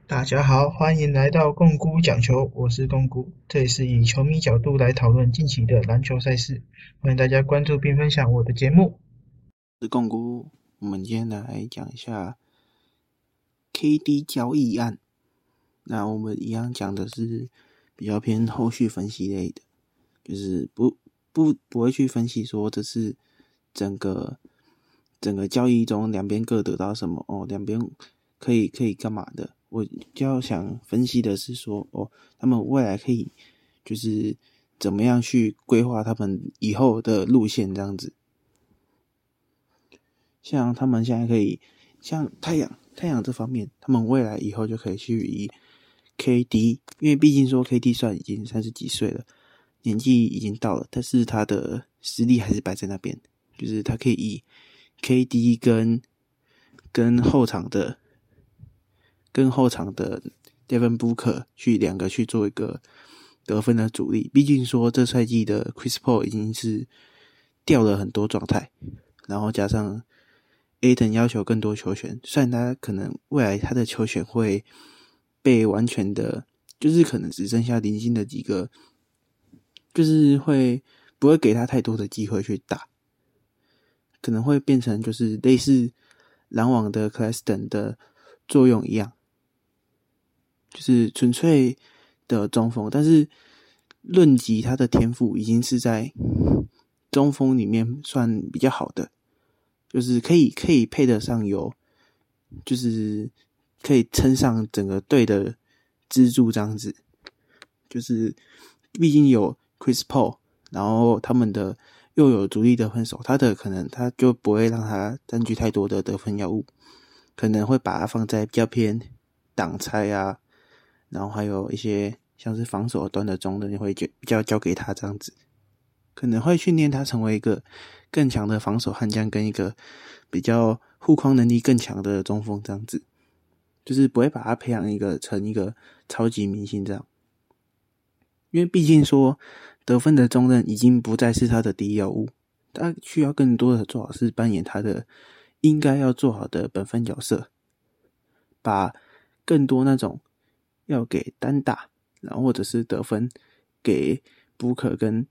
大家好，欢迎来到共估讲球，我是共估，这里是以球迷角度来讨论近期的篮球赛事，欢迎大家关注并分享我的节目。 是共估，我们今天来讲一下 KD 交易案。那我们一样讲的是比较偏后续分析类的，就是不会去分析说这是整个交易中两边各得到什么哦，两边可以干嘛的。我就要想分析的是说哦，他们未来可以就是怎么样去规划他们以后的路线这样子。像他们现在可以，像太阳这方面，他们未来以后就可以去以 KD， 因为毕竟说 KD 算已经30几岁了，年纪已经到了，但是他的实力还是摆在那边，就是他可以以 KD 跟后场的 Devin Booker 去两个去做一个得分的主力。毕竟说这赛季的 Chris Paul 已经是掉了很多状态，然后加上Ayton 要求更多球权，虽然他可能未来他的球权会被完全的，就是可能只剩下零星的几个，就是不会给他太多的机会去打，可能会变成就是类似篮网的 Claxton 的作用一样，就是纯粹的中锋，但是论及他的天赋已经是在中锋里面算比较好的。就是可以配得上就是可以撑上整个队的支柱这样子。就是毕竟有 Chris Paul， 然后他们的又有主力得分手，他就不会让他占据太多的得分要务，可能会把它放在比较偏挡拆啊，然后还有一些像是防守端的中人会比较交给他这样子。可能会训练他成为一个更强的防守悍将，跟一个比较护框能力更强的中锋这样子，就是不会把他培养成一个超级明星这样。因为毕竟说得分的重任已经不再是他的第一要务，他需要更多的做好是扮演他的应该要做好的本分角色，把更多那种要给单打，然后或者是得分给Booker跟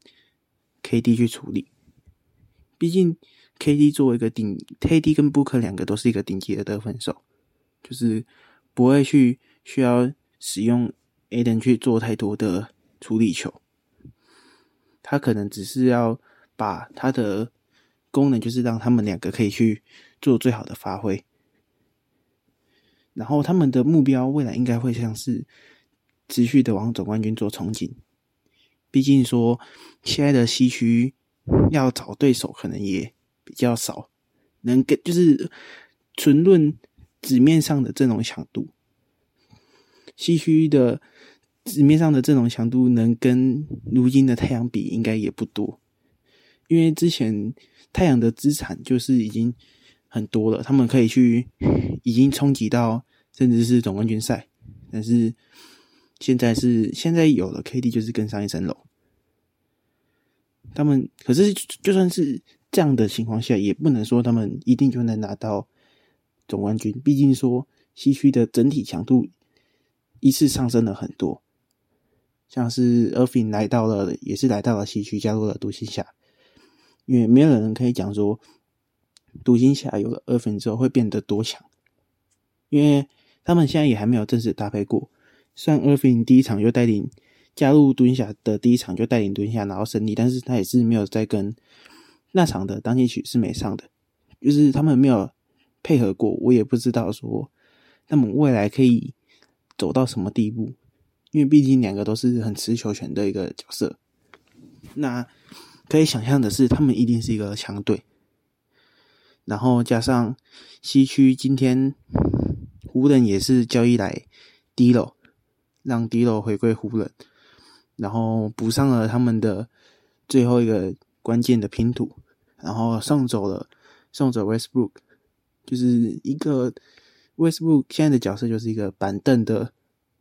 KD 去处理。毕竟 KD 作为一个KD 跟 Booker 两个都是一个顶级的得分手，就是不会去需要使用 Ayton 去做太多的处理球，他可能只是要把他的功能就是让他们两个可以去做最好的发挥。然后他们的目标未来应该会像是持续的往总冠军做憧憬。毕竟说现在的西区要找对手可能也比较少，就是纯论纸面上的阵容强度，西区的纸面上的阵容强度能跟如今的太阳比应该也不多，因为之前太阳的资产就是已经很多了，他们可以已经冲击到甚至是总冠军赛，但是现在有了 KD 就是更上一层楼。他们可是就算是这样的情况下，也不能说他们一定就能拿到总冠军。毕竟说西区的整体强度一次上升了很多，像是 Irving 也是来到了西区，加入了独行侠。因为没有人可以讲说独行侠有了Irving之后会变得多强，因为他们现在也还没有正式搭配过。虽然 Irving 第一场就加入独行侠的第一场就带领独行侠拿到胜利，但是他也是没有再跟那场的当天曲是没上的，就是他们没有配合过，我也不知道说他们未来可以走到什么地步，因为毕竟两个都是很持球权的一个角色。那可以想象的是，他们一定是一个强队。然后加上西区今天湖人也是交易来 D'Lo， 让 D'Lo 回归湖人，然后补上了他们的最后一个关键的拼图，然后送走 Westbrook， 就是一个 Westbrook 现在的角色就是一个板凳的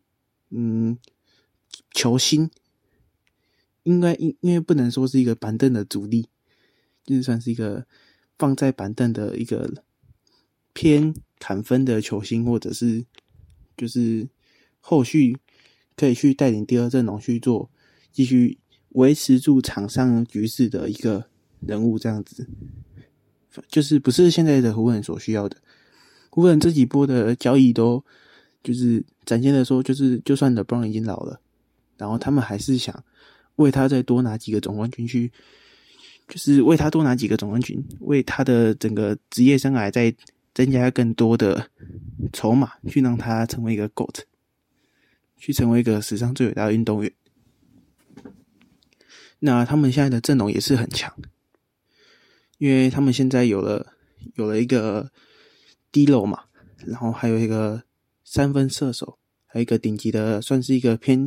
球星，因为不能说是一个板凳的主力，就是算是一个放在板凳的一个偏砍分的球星，或者是就是后续可以去带领第二阵容去做继续维持住场上局势的一个人物，这样子就是不是现在的湖人所需要的。湖人这几波的交易都就是展现的说，就是就算LeBron已经老了，然后他们还是想为他再多拿几个总冠军去，就是为他多拿几个总冠军，为他的整个职业生涯再增加更多的筹码，去让他成为一个 GOAT， 去成为一个史上最伟大的运动员。那他们现在的阵容也是很强，因为他们现在有了一个 D-Lo 嘛，然后还有一个三分射手，还有一个顶级的，算是一个偏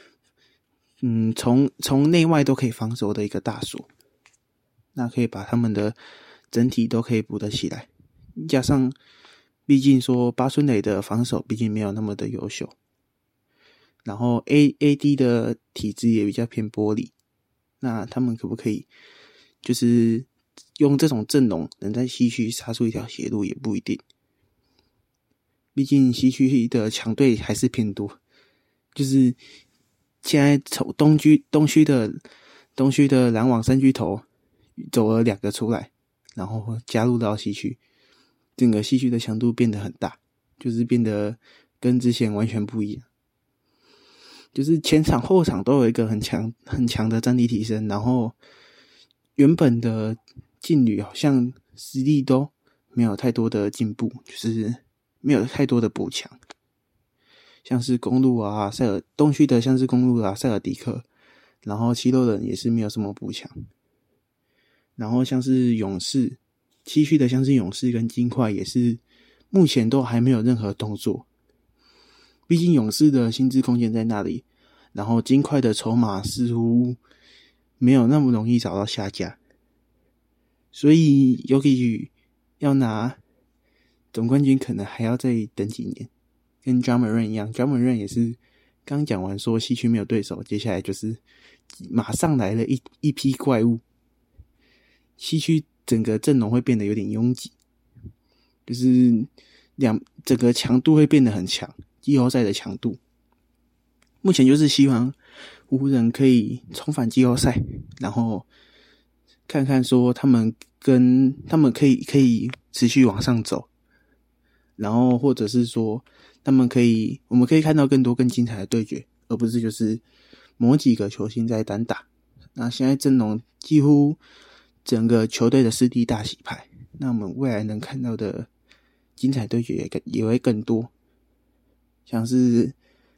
从内外都可以防守的一个大锁，那可以把他们的整体都可以补得起来。加上毕竟说八村垒的防守毕竟没有那么的优秀，然后 AD 的体质也比较偏玻璃，那他们可不可以就是用这种阵容能在西区杀出一条血路也不一定，毕竟西区的强队还是偏多，就是现在从东区的篮网三巨头走了2个出来，然后加入到西区，整个西区的强度变得很大，就是变得跟之前完全不一样，就是前场后场都有一个很强的战力提升，然后原本的劲旅好像实力都没有太多的进步，就是没有太多的补强，像是公鹿啊，东区的像是公鹿啊，塞尔迪克，然后七六人也是没有什么补强，然后像是勇士，西区的像是勇士跟金块也是目前都还没有任何动作，毕竟勇士的薪资空间在那里，然后金块的筹码似乎没有那么容易找到下家，所以Jokic要拿总冠军可能还要再等几年，跟 Ja Morant 一样， Ja Morant 也是刚讲完说西区没有对手，接下来就是马上来了一批怪物，西区整个阵容会变得有点拥挤，就是整个强度会变得很强，季后赛的强度。目前就是希望湖人可以重返季后赛，然后看看说他们可以持续往上走，然后或者是说我们可以看到更多更精彩的对决，而不是就是某几个球星在单打。那现在阵容几乎整个球队的4D大洗牌，那我们未来能看到的精彩对决也会更多，像是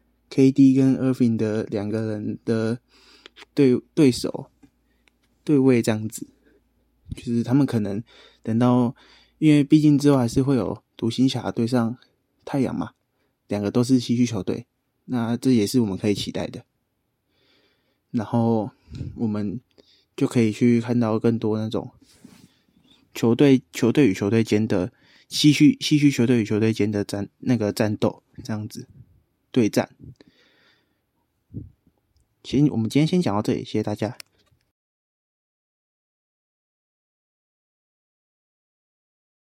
KD 跟 Irving 的2个人的对手对位这样子，就是他们可能等到，因为毕竟之后还是会有独行侠对上太阳嘛，2个都是西区球队，那这也是我们可以期待的，然后我们就可以去看到更多那种球队与球队间的西区球队与球队间的战斗这样子对战。我们今天先讲到这里，谢谢大家。